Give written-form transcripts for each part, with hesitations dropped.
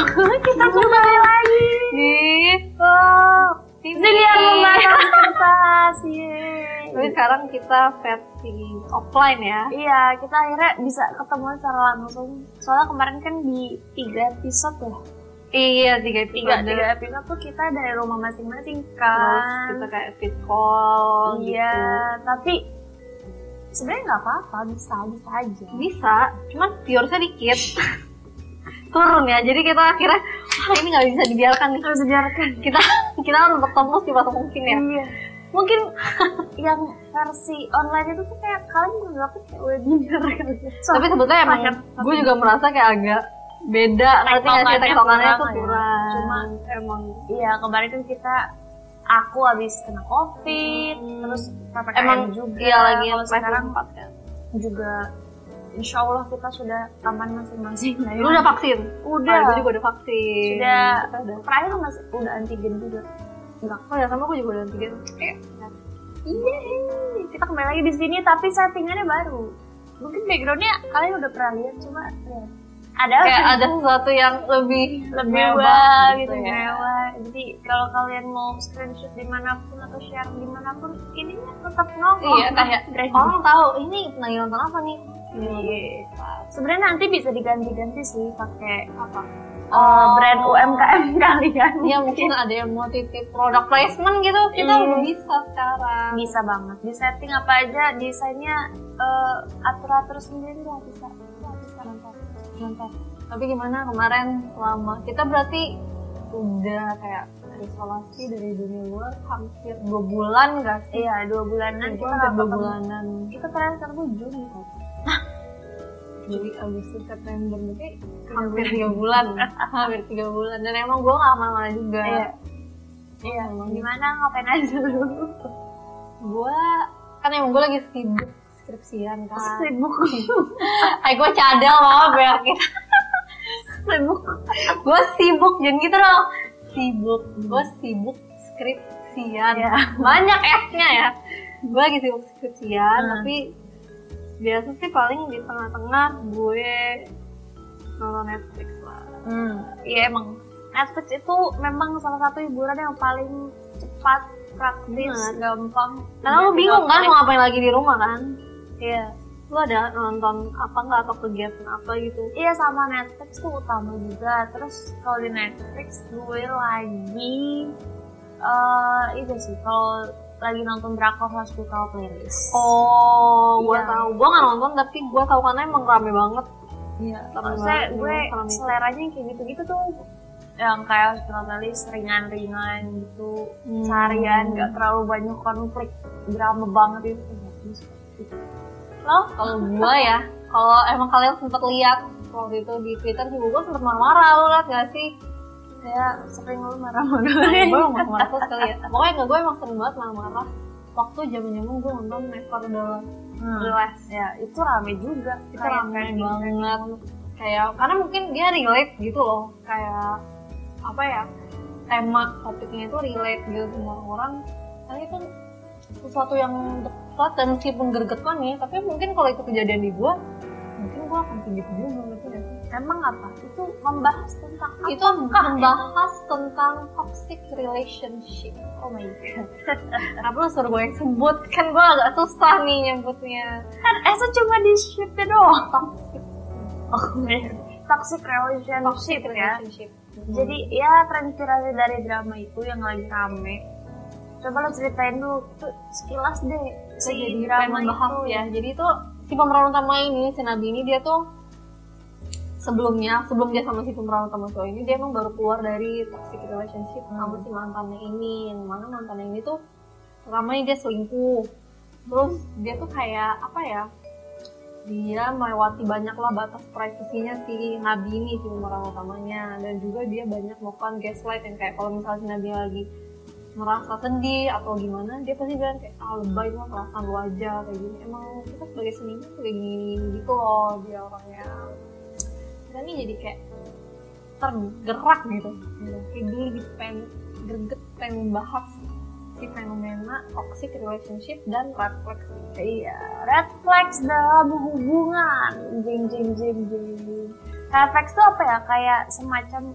Kita kembali lagi di Zilian Membaca Kertas. Tapi sekarang kita versi offline ya. Iya, kita akhirnya bisa ketemu secara langsung. Soalnya kemarin kan di 3 episode ya. Iya, 3 episode tuh kita dari rumah masing-masing kan. Terus kita kayak fit call iya, gitu. tapi sebenarnya nggak apa-apa, bisa aja. Bisa, cuman viewersnya dikit. Turun ya, jadi kita akhirnya ini nggak bisa dibiarkan nih. Harus dibiarkan. Kita harus bertemu sebisa mungkin ya. Iya. Mungkin yang versi online itu tuh kayak kalian menganggapnya kayak webinar kali ya. Tapi sebetulnya emang gue juga merasa kayak agak beda, ngerti nggak sih, tektokannya tuh kurang. Cuma emang iya, kemarin kan aku habis kena COVID, terus PPKM emang juga. Iya, lagi kalau sekarang 4 kan. Juga insya Allah kita sudah aman masing-masing. Lu udah vaksin? Udah. Gue juga udah vaksin. Sudah. Udah. Terakhir masih udah antigen juga. Enggak. Oh ya, sama gue juga udah antigen. Iya, kita kembali lagi di sini tapi settingannya baru. Mungkin backgroundnya kalian udah pernah lihat, cuma ya ada sesuatu yang lebih mewah gitu, ya. mewah. Jadi kalau kalian mau screenshot dimanapun atau share dimanapun, ininya tetap nongol. Iya, kayak orang tahu ini lagi nonton apa nih. Iya. Sebenarnya nanti bisa diganti-ganti sih pakai apa? Brand UMKM kalian. Iya, mungkin ada yang mau titip produk placement gitu, kita udah bisa sekarang. Bisa banget. Di setting apa aja, desainnya atur-atur sendiri lah, bisa Mantap. Tapi gimana kemarin selama kita berarti udah kayak isolasi dari dunia luar hampir 2 bulan gak sih? Iya, 2 bulanan. Kita hampir 2 bulanan. Kita terakhir ketemu Juni. Juli, Agustus, September, berarti hampir 3 bulan. Hampir 3 bulan. Dan emang gue gak kemana-mana juga. Iya. Gimana, ngapain aja dulu? Gue kan emang gue lagi sibuk skripsian kan. Sibuk. Gue cadel maaf ya kita. Sibuk. Gue sibuk jangan gitu dong. Gue sibuk skripsian. Ya. Banyak S-nya ya. Gue lagi sibuk skripsian, tapi biasa sih paling di tengah-tengah gue nonton Netflix lah. Iya, emang Netflix itu memang salah satu hiburan yang paling cepat, praktis, gampang. Karena lu bingung kan mau ngapain lagi di rumah kan? Iya. Lu ada nonton apa nggak atau kegiatan apa gitu? Iya, sama Netflix tuh utama juga. Terus kalau di Netflix gue lagi itu sih, kalau lagi nonton Drakor Hospital Playlist. Oh, gue tahu. Gue nggak nonton tapi gue tahu karena emang rame banget. Iya. Maksudnya gue seleranya kayak gitu-gitu tuh, yang kayak Hospital Playlist ringan-ringan gitu, seharian, nggak terlalu banyak konflik, drama banget itu. Loh, kalau gue ya, kalau emang kalian sempat lihat waktu itu di Twitter sih, gue sempet marah-marah, lu liat gak sih? Kayak sering lu marah-marah. Gue marah-marah terus kali ya. Pokoknya gue emang sering banget marah-marah. Waktu zaman-zaman gue nonton Never the Last. Ya, itu rame juga. Itu rame banget. Kayak karena mungkin dia relate gitu loh. Kayak apa ya? Tema topiknya itu relate gitu sama orang. Karena itu sesuatu yang dekat dan meskipun gregetan nih, tapi mungkin kalau itu kejadian di gue, mungkin gue akan kayak gitu juga gitu ya. Emang apa? Itu membahas tentang apa? Itu membahas tentang toxic relationship. Oh my god. Kenapa lu suruh gue yang sebut? Kan gue agak susah nih nyebutnya. Kan Esa cuma di shipnya doang. Toxic relationship ya. Jadi ya terinspirasi dari drama itu yang lagi rame. Coba lo ceritain dulu sekilas deh. Jadi drama bahas ya. Jadi itu si pemeran utama ini, si Nabi ini, dia tuh sebelum dia sama si pemeran utama cowok ini, dia emang baru keluar dari toxic relationship sama si mantannya ini. Yang mana mantannya ini tuh pertamanya dia selingkuh. Terus dia tuh kayak apa ya, dia melewati banyak lah batas privasinya si Nabi ini, si pemeran utamanya. Dan juga dia banyak melakukan gaslight yang kayak kalau misalnya si Nabi lagi merasa sedih atau gimana, dia pasti bilang kayak lebay mah, perasaan lu aja kayak gini. Emang kita sebagai seniman kayak gini gitu loh dia orangnya. Kita nih jadi kayak tergerak gitu. Kayak dulu gitu pengen greget, pengen membahas si fenomena toxic relationship dan red flags. Iya, red flags dalam hubungan. Jing. Red flags tuh apa ya? Kayak semacam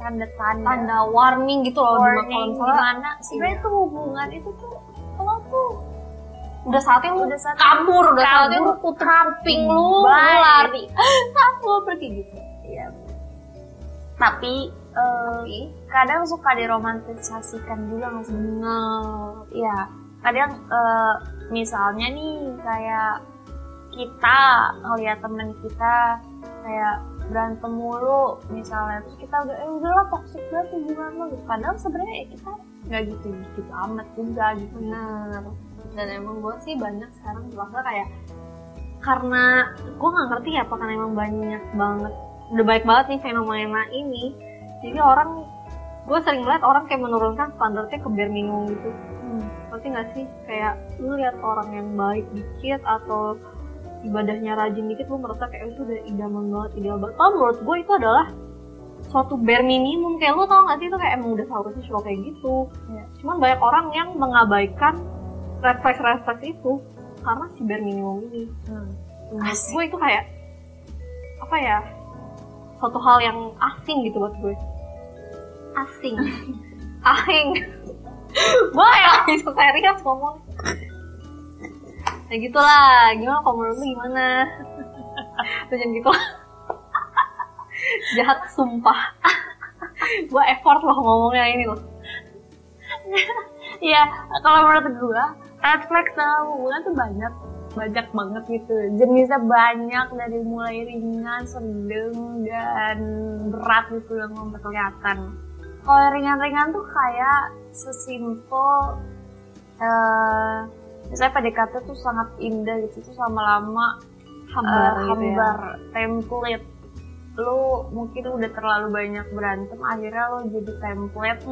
tanda warning gitu loh. Warning gimana sebenarnya tuh hubungan itu tuh kalau tuh udah saatnya lu kabur, udah saatnya lu tutup kuping lu lari kabur pergi gitu. Iya. Tapi kadang suka diromantisasikan juga nggak sih? Iya. Kadang misalnya nih kayak kita ngeliat temen kita kayak berantem mulu misalnya, terus kita udahlah toxic banget hubungan lo gitu. Padahal sebenarnya kita nggak gitu amat juga gitu. Benar. Dan emang gue sih banyak sekarang merasa kayak karena gue nggak ngerti ya apa, karena emang banyak banget udah baik banget nih fenomena ini, jadi gue sering melihat orang kayak menurunkan standarnya ke bare minimum gitu. Ngerti nggak sih, kayak lu lihat orang yang baik dikit atau ibadahnya rajin dikit, lu merasa kayak itu udah idaman banget, ideal banget. Kalau menurut gue itu adalah suatu bare minimum, kayak lu tau gak sih itu kayak emang udah seharusnya suka kayak gitu. Cuman banyak orang yang mengabaikan refleks itu karena si bare minimum ini. Menurut gue itu kayak apa ya, suatu hal yang asing gitu buat gue. Asing gue ya bisa serius ngomong ya gitulah. Gimana kalau menurut lu gimana? Jangan gitu lah. Jahat sumpah. Gue effort loh ngomongnya ini loh. Iya, kalau menurut gue red flag dalam hubungan tuh banyak banget gitu. Jenisnya banyak, dari mulai ringan, sedang, dan berat gitu yang memperlihatkan. Kalau ringan-ringan tuh kayak sesimpel misalnya PDKT tuh sangat indah gitu, tuh lama-lama hambar gitu ya. Template lu mungkin udah terlalu banyak berantem, akhirnya lo jadi template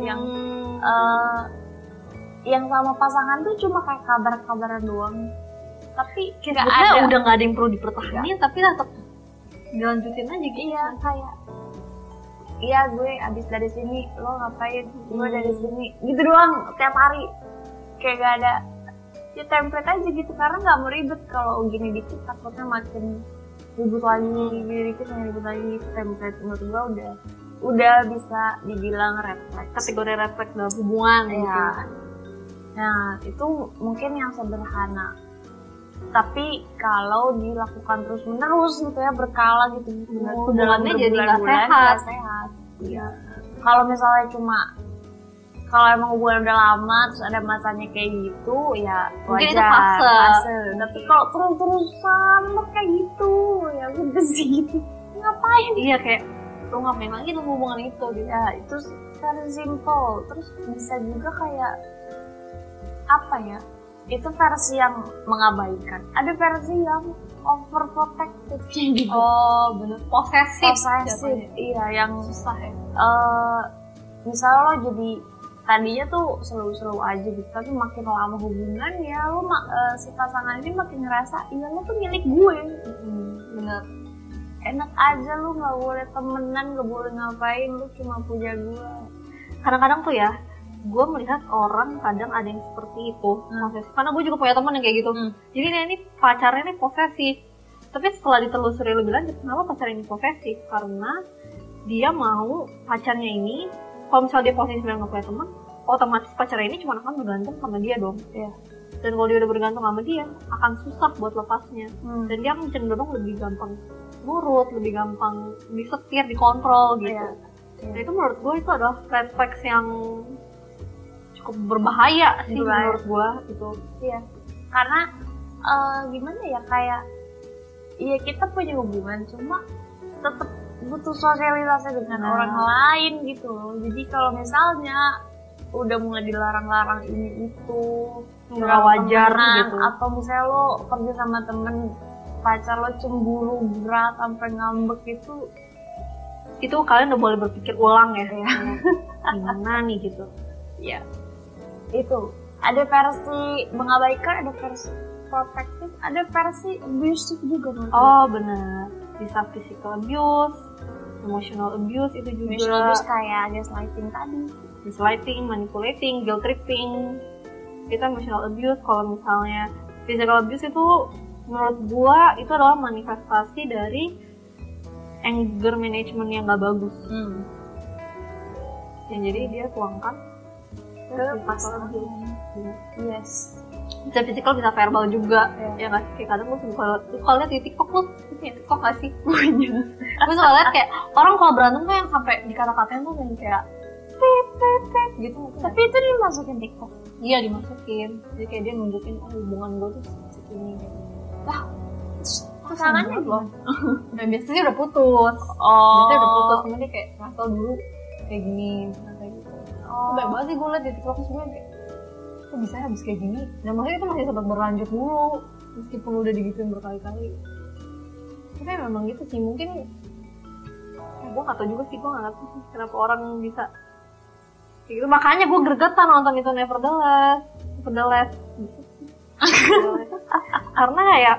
yang sama pasangan tuh cuma kayak kabar-kabaran doang, tapi nggak ada, udah nggak ada yang perlu dipertahankan, tapi tetap dilanjutin aja gitu. Iya, kayak iya gue abis dari sini, lo ngapain, gue dari sini, gitu doang tiap hari, kayak gak ada ya, template aja gitu, karena nggak mau ribet. Kalau gini dikit takutnya makin ribut lagi, gini dikit ribut lagi. Template menurut gue udah bisa dibilang red flag, kategori red flag dalam hubungan ya. Gitu. Nah itu mungkin yang sederhana, tapi kalau dilakukan terus menerus gitu ya, berkala gitu hubungannya jadi nggak sehat. Iya. Kalau misalnya kalau emang hubungan udah lama terus ada masanya kayak gitu ya mungkin wajar, itu fase. Tapi kalau terus-terusan lo kayak gitu ya udah sih gitu, ngapain? Iya, kayak lo ngapain lagi dalam hubungan itu gitu. Ya itu very simple. Terus bisa juga kayak apa ya, itu versi yang mengabaikan, ada versi yang overprotective gitu. Oh bener, posesif. Iya, yang susah ya. Misalnya lo jadi tadinya tuh seru-seru aja gitu, tapi makin lama hubungan ya lo si pasangan ini makin ngerasa iya lo tuh milik gue. Bener, enak aja lo nggak boleh temenan, nggak boleh ngapain, lo cuma punya gue. Kadang-kadang tuh ya gue melihat orang kadang ada yang seperti itu, posesif. Karena gue juga punya teman yang kayak gitu. Jadi ini pacarnya ini posesif, tapi setelah ditelusuri lebih lanjut, kenapa pacarnya ini posesif? Karena dia mau pacarnya ini, kalau misalnya dia posesif dan nggak punya teman, otomatis pacarnya ini cuma akan bergantung sama dia dong. Yeah. Dan kalau dia udah bergantung sama dia, akan susah buat lepasnya. Dan dia akan cenderung lebih gampang nurut, lebih gampang disetir, dikontrol gitu. Nah itu menurut gue itu adalah red flags yang cukup berbahaya sih menurut gue itu. Iya, karena gimana ya, kayak iya kita punya hubungan, cuma tetap butuh sosialisasi dengan orang lain gitu loh. Jadi kalau misalnya udah mulai dilarang-larang ini itu nggak wajar gitu, atau misalnya lo pergi sama temen, pacar lo cemburu berat sampai ngambek, itu kalian udah boleh berpikir ulang ya. Gimana nih gitu ya. Itu ada versi mengabaikan, ada versi protektif, ada versi abusive juga. Oh benar, bisa physical abuse, emotional abuse itu juga. Emotional abuse kayak gaslighting tadi, gaslighting, manipulating, guilt tripping, itu emotional abuse. Kalau misalnya physical abuse itu menurut gua itu adalah manifestasi dari anger management yang gak bagus. yang jadi dia tuangkan ke pasangan. Yes. Bisa physical, bisa verbal juga. Ya nggak sih, kayak kadang gue suka lihat di TikTok, lu punya TikTok nggak sih? Punya. Gue suka lihat kayak orang kalau berantem tuh yang sampai dikata-katain tuh yang kayak pep gitu. Tapi itu dimasukin TikTok. Iya dimasukin. Jadi kayak dia nunjukin hubungan gue tuh segini. Lah, pasangannya loh. Dan biasanya udah putus. Biasanya udah putus, cuma dia kayak ngasal dulu kayak gini, kayak gitu. Baik banget sih gue liat di TikTok terus gue kayak, kok bisa habis kayak gini? Dan maksudnya itu masih sempat berlanjut dulu, meskipun udah digituin berkali-kali. Tapi memang gitu sih, mungkin gue gak tau juga sih, gue gak ngerti sih kenapa orang bisa kayak gitu. Makanya gue gregetan nonton itu Nevertheless karena kayak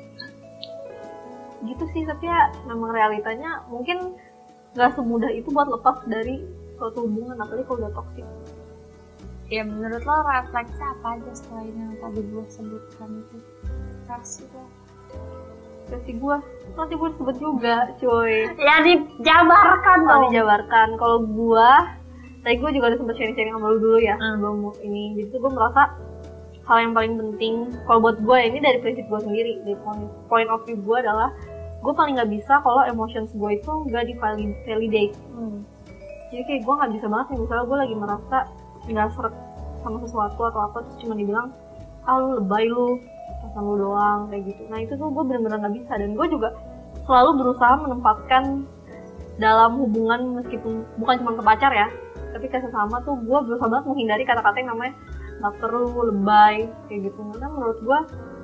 gitu sih. Tapi ya memang realitanya mungkin gak semudah itu buat lepas dari suatu hubungan, apalagi kalau udah toksik. Ya menurut lo refleksi apa aja selain yang tadi gue sebutkan itu? Refleksi gue nanti gue sebut juga cuy. Ya dijabarkan dong. Dijabarkan. Kalau gue tadi gue juga udah sempet sharing sama lu dulu ya sebelum ini. Jadi tuh gue merasa hal yang paling penting kalau buat gue, ini dari prinsip gue sendiri, dari point of view gue adalah gue paling gak bisa kalau emotions gue itu gak di-validate. Jadi kayak gue gak bisa banget nih, misalnya gue lagi merasa gak seret sama sesuatu atau apa, terus cuma dibilang lu lebay lu, perasaan lu doang, kayak gitu. Nah itu tuh gue bener-bener gak bisa. Dan gue juga selalu berusaha menempatkan dalam hubungan, meskipun bukan cuma ke pacar ya, tapi ke sesama tuh gue berusaha banget menghindari kata-kata yang namanya gak perlu, lebay, kayak gitu. Karena menurut gue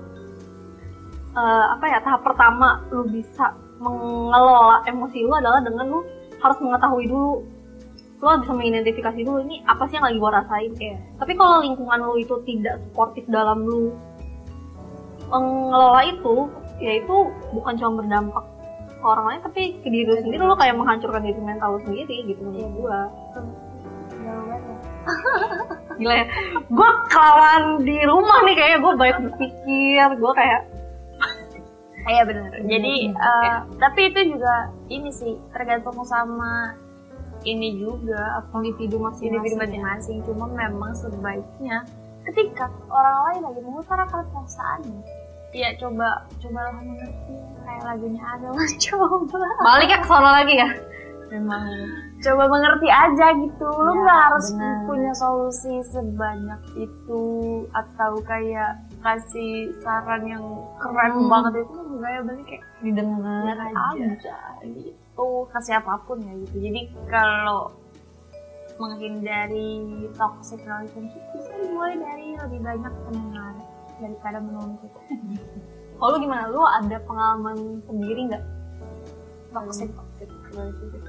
tahap pertama lu bisa mengelola emosi lu adalah dengan lu harus mengetahui dulu, lu bisa mengidentifikasi dulu ini apa sih yang lagi gua rasain. Tapi kalau lingkungan lu itu tidak sportif dalam lu mengelola itu, ya itu bukan cuma berdampak ke orang lain, tapi ke diri lu sendiri. Lu kayak menghancurkan diri mental lu sendiri gitu menurut gua. Gila ya, gua kawan di rumah nih kayaknya gua banyak berpikir, gua kayak iya benar. Jadi tapi itu juga ini sih tergantung sama ini juga individu masing-masing. Cuma memang sebaiknya ketika orang lain lagi mengutarakan perasaannya, ya cobalah mengerti. Kayak lagunya Adele, coba balik ya ke sono lagi ya. Memang coba mengerti aja gitu. Lu nggak harus punya solusi sebanyak itu atau kayak kasih saran yang keren banget itu enggak, balik kayak didengar aja gitu ke siapapun ya gitu. Jadi kalau menghindari toxic relationship bisa dimulai dari lebih banyak pendengar daripada menuntut. Lu gimana? Lu ada pengalaman sendiri nggak toxic relationship?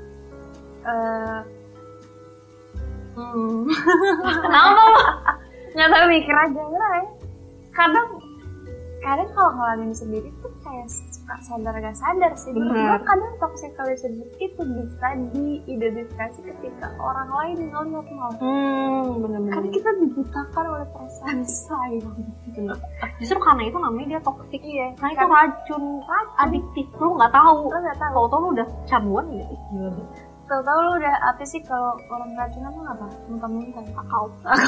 Kenapa lu? Nggak tahu, mikir aja ya. Kadang kalau ngalamin sendiri tuh kayak suka sadar gak sadar sih. Menurut gue kadang toxic relationship itu bisa diidentifikasi ketika orang lain ngeliat malah. Bener-bener. Kan kita dibutakan oleh perasaan sayang. Justru karena itu namanya dia toxic. Iya. Nah itu racun adiktif. Lu nggak tahu. Lu nggak tahu. Tahu lu udah canduan gitu. Tahu lu udah apa sih kalau orang racunan tuh apa? Muntah-muntah. Kakao.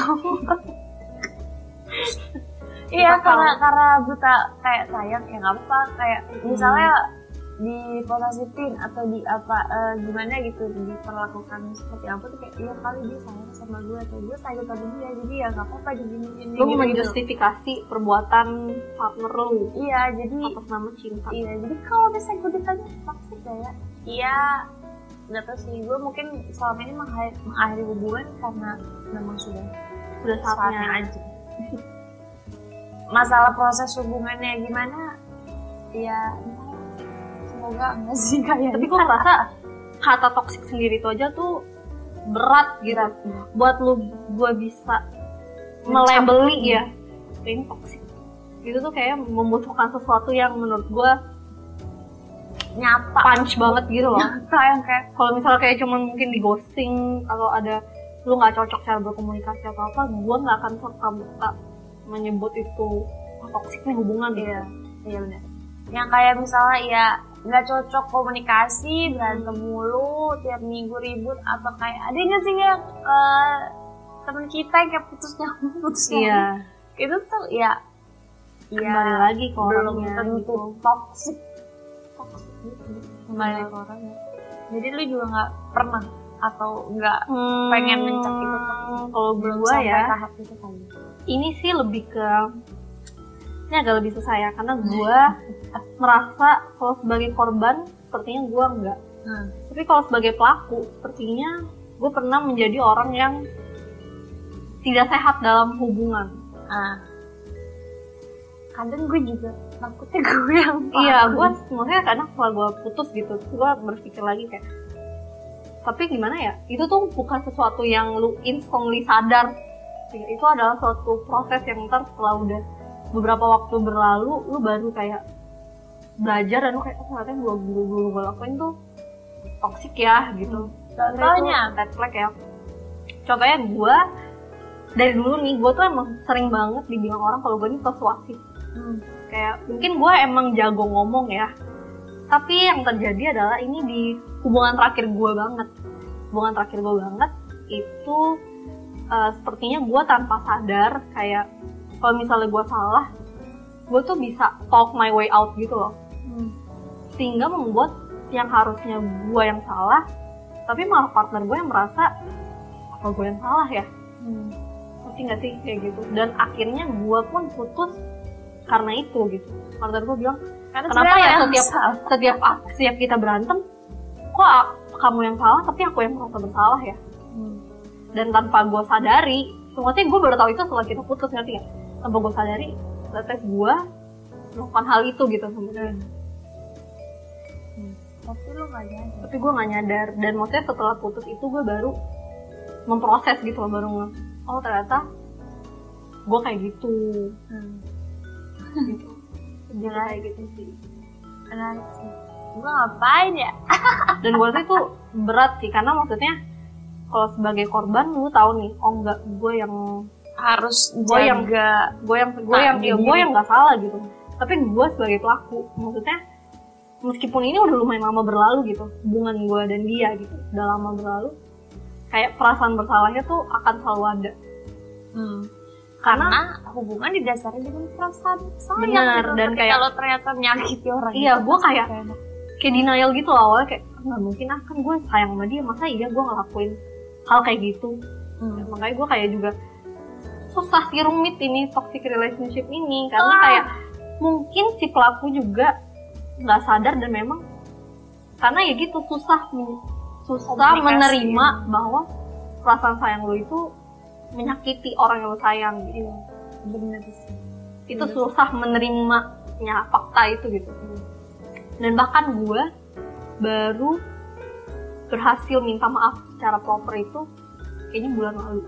Iya, karena buta kayak sayang ya nggak apa, kayak misalnya diposesifin atau di apa gimana gitu, diperlakukan seperti apa tuh kayak iya kali dia sayang sama gue atau gue sayang sama dia, jadi ya nggak apa-apa digini-gini. Lu gitu, menjustifikasi perbuatan partner lu. Iya, jadi atas nama cinta. Iya, jadi kalau misalnya gue ditanya toxic ya, iya nggak tahu sih, gue mungkin selama ini mengakhiri hubungan karena memang sudah saatnya aja. Masalah proses hubungannya gimana ya semoga enggak sih kayaknya. Tapi gue merasa kata toksik sendiri itu aja tuh berat gitu buat lu gue bisa melabeli ya ini toksik. Itu tuh kayak membutuhkan sesuatu yang menurut gue nyata punch banget gitu loh. Kayak kalau misalnya kayak cuman mungkin di ghosting atau ada lu nggak cocok cara berkomunikasi atau apa, gue nggak akan serta-merta menyebut itu toksik nih hubungan. Iya benar. Yang kayak misalnya ya nggak cocok komunikasi, berantem mulu, tiap minggu ribut, atau kayak ada nggak sih yang temen kita yang kayak putus nyambung. Iya. Itu tuh ya kembali lagi ke belum orangnya tentu gitu. toxic gitu. Kembali ke orangnya. Jadi lu juga nggak pernah atau nggak pengen mencap itu kalau belum gua sampai ya tahap itu kali. ini sih lebih ke ini agak lebih susah ya karena gua merasa kalau sebagai korban sepertinya gua enggak. Tapi kalau sebagai pelaku sepertinya gue pernah menjadi orang yang tidak sehat dalam hubungan. Kadang gue juga takutnya gue yang iya, gue maksudnya kadang setelah gue putus gitu, gue berpikir lagi kayak, tapi gimana ya? Itu tuh bukan sesuatu yang lu instantly sadar. Itu adalah suatu proses yang ntar setelah udah beberapa waktu berlalu, lu baru kayak belajar dan lu kayak ternyata yang gue lakuin tuh toksik ya gitu. Contohnya red flag ya. Contohnya gue dari dulu nih, gue tuh emang sering banget dibilang orang kalau gue ini persuasif. Kayak mungkin gue emang jago ngomong ya, tapi yang terjadi adalah ini di hubungan terakhir gue banget. Hubungan terakhir gue banget itu sepertinya gue tanpa sadar kayak kalau misalnya gue salah, gue tuh bisa talk my way out gitu loh. Sehingga membuat yang harusnya gue yang salah, tapi malah partner gue yang merasa apa gue yang salah ya. Ngerti nggak sih kayak gitu. Dan akhirnya gue pun putus karena itu gitu. Partner gue bilang, kenapa ya setiap kita berantem kok kamu yang salah tapi aku yang merasa bersalah ya. Dan tanpa gue sadari, maksudnya gue baru tahu itu setelah kita putus, ngerti nggak? Tanpa gue sadari ternyata gue melakukan hal itu gitu sebenarnya. Tapi lu nggak nyadar. Tapi gue nggak nyadar. Dan maksudnya setelah putus itu gue baru memproses gitu loh, baru oh ternyata gue kayak gitu. Gitu. Dia kayak gitu sih. Menarik sih. Gue ngapain ya? Dan gue rasa itu berat sih, karena maksudnya kalau sebagai korban lu tahu nih, oh enggak, gue yang harus gue yang nggak salah gitu. Tapi gue sebagai pelaku, maksudnya meskipun ini udah lumayan lama berlalu gitu, hubungan gue dan dia gitu udah lama berlalu, kayak perasaan bersalahnya tuh akan selalu ada. Karena hubungan didasari dengan perasaan sayang. Benar, gitu. dan tapi kayak kalau ternyata menyakiti orang, iya, gue kayak denial gitu loh awalnya, kayak nggak mungkin kan gue sayang sama dia, masa iya gue ngelakuin hal kayak gitu. Makanya gue kayak juga susah sih, rumit ini toxic relationship ini, karena kayak mungkin si pelaku juga nggak sadar dan memang karena ya gitu susah menerima bahwa perasaan sayang lo itu menyakiti orang yang lo sayang gitu. Bener sih. Itu susah menerimanya fakta itu gitu. Dan bahkan gue baru berhasil minta maaf secara proper itu kayaknya bulan lalu.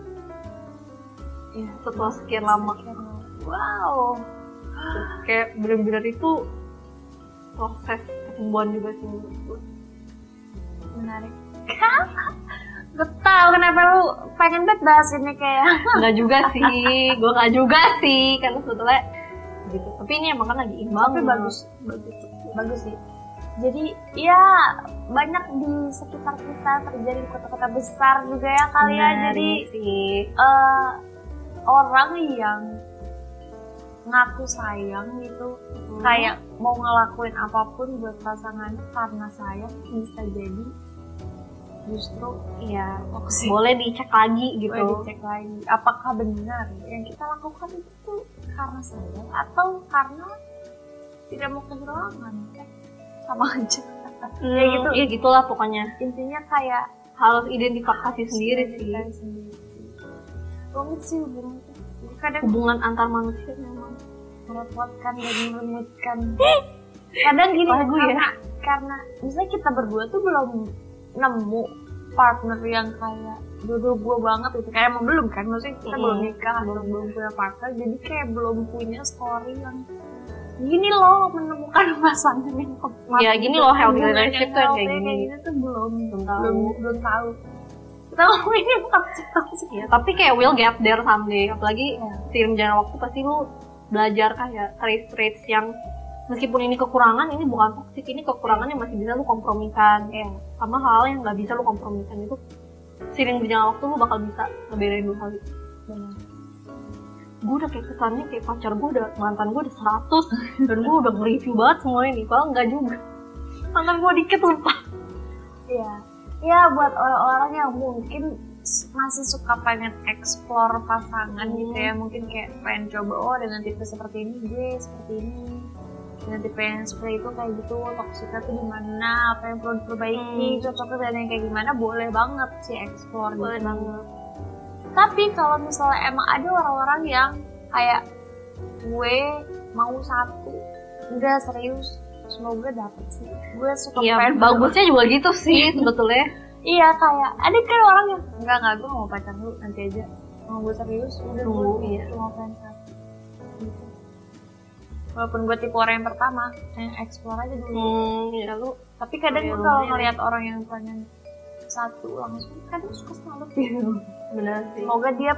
Ya, setelah sekian lama. Wow. Kayak benar-benar itu proses kesembuhan juga sih menurut gue. Menarik. Gue tau kenapa lu pengen banget bahas ini kayak. Nggak juga sih, karena sebetulnya gitu. Tapi ini emang kan lagi imbang. Tapi bagus sih. Jadi ya banyak di sekitar kita terjadi di kota-kota besar juga ya kali ya. Jadi sih. Orang yang ngaku sayang gitu, kayak mau ngelakuin apapun buat pasangan karena sayang, bisa jadi justru ya boleh dicek lagi gitu. Boleh dicek lagi apakah benar yang kita lakukan itu karena sayang atau karena tidak mau kehilangan. Sama aja. Ya gitu. Ya gitulah pokoknya. Intinya kayak harus identifikasi sendiri sih. Rumit sih hubungan. Kadang hubungan antar manusia memang merepotkan dan merumutkan. Kadang gini karena misalnya kita berdua tuh belum nemu partner yang kayak dua gue banget gitu, kayak emang belum kan, maksudnya kita belum nikah, belum punya partner, jadi kayak belum punya story yang gini loh menemukan pasangan yang ya gini loh healthy relationship tuh kayak gini tuh belum tahu. Kita ini bukan sih ya, tapi kayak will get there someday. Apalagi seiring jalan waktu pasti lu belajar kayak traits yang meskipun ini kekurangan, ini bukan toksik, ini kekurangan yang masih bisa lu kompromikan. Sama hal yang nggak bisa lu kompromikan itu sering berjalan waktu lu bakal bisa ngebedain dua hal itu. Gue udah kayak kesannya kayak pacar gue udah, mantan gue udah 100 dan gue udah nge-review banget semua ini, padahal nggak juga. Mantan gue dikit lupa. Iya buat orang-orang yang mungkin masih suka pengen explore pasangan gitu ya, mungkin kayak pengen coba dengan tipe seperti ini gue seperti ini, dengan tipe yang seperti itu kayak gitu, toksiknya tuh gimana, apa yang perlu diperbaiki, cocoknya dengan yang kayak gimana, boleh banget sih explore boleh gitu. banget. Tapi kalau misalnya emang ada orang-orang yang kayak gue mau satu, udah serius, semoga dapet sih. Gue suka pengen bagusnya juga gitu sih sebetulnya. Iya, kayak ada kan orang yang enggak gue mau pacaran dulu, nanti aja mau gue serius udah gue mau pengen satu gitu. Walaupun gue tipe orang yang pertama yang explore aja dulu Lalu tapi kadang gue kalau ngeliat orang yang pengen satu langsung kadang suka salut gitu. Benar sih. Semoga dia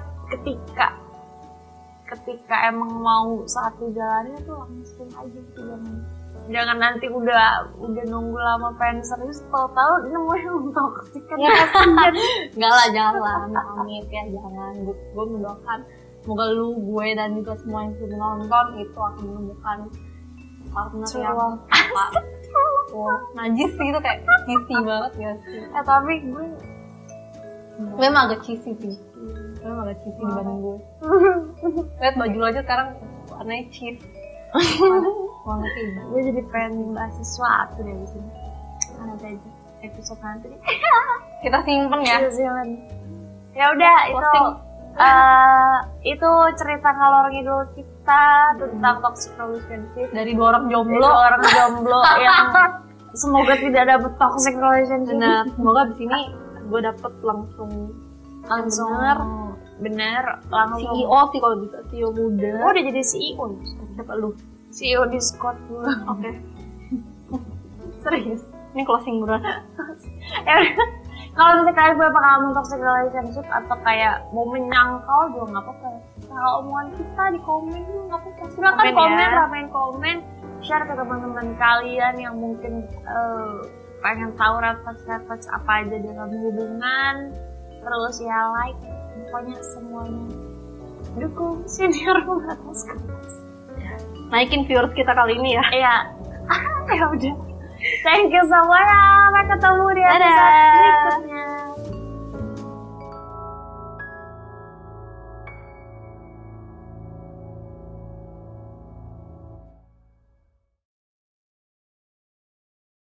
ketika emang mau satu jalannya tuh langsung aja gitu, jangan nanti udah nunggu lama pengen serius tahu-tahu nemuin toksik kan. Enggak lah, jangan lah, amit ya, jangan. Gue mendoakan semoga lu, gue dan juga semua yang sudah nonton itu akan menemukan partner yang tepat. Najis sih, itu kayak cheesy banget ya sih. Tapi gue memang agak cheesy sih. Memang agak cheesy dibanding gue. Lihat baju lo aja sekarang warnanya cheese. Gue jadi pengen bahas sesuatu deh di sini. Nanti aja episode nanti deh. Kita simpen ya. Ya udah itu cerita ngalor ngidul kita tentang toxic relationship dari dua orang jomblo yang semoga tidak dapet toxic relationship. Benar, semoga di sini gue dapet langsung bener langsung CEO sih kalau bisa, CEO muda. Gue udah jadi CEO. Siapa lu? CEO Discord gue. Oke. Serius? Ini closing berat. Kalau misalnya kalian punya pengalaman toxic relationship atau kayak mau menyangkal juga nggak apa-apa. Kalau omongan kita di komen juga nggak apa-apa. Silakan ramein komen, share ke teman-teman kalian yang mungkin pengen tahu red flags apa aja dalam hubungan. Terus ya like, pokoknya semuanya dukung senior atas kertas. Naikin viewers kita kali ini ya. Iya. Ya udah. Thank you semuanya. Sampai ketemu di episode berikutnya.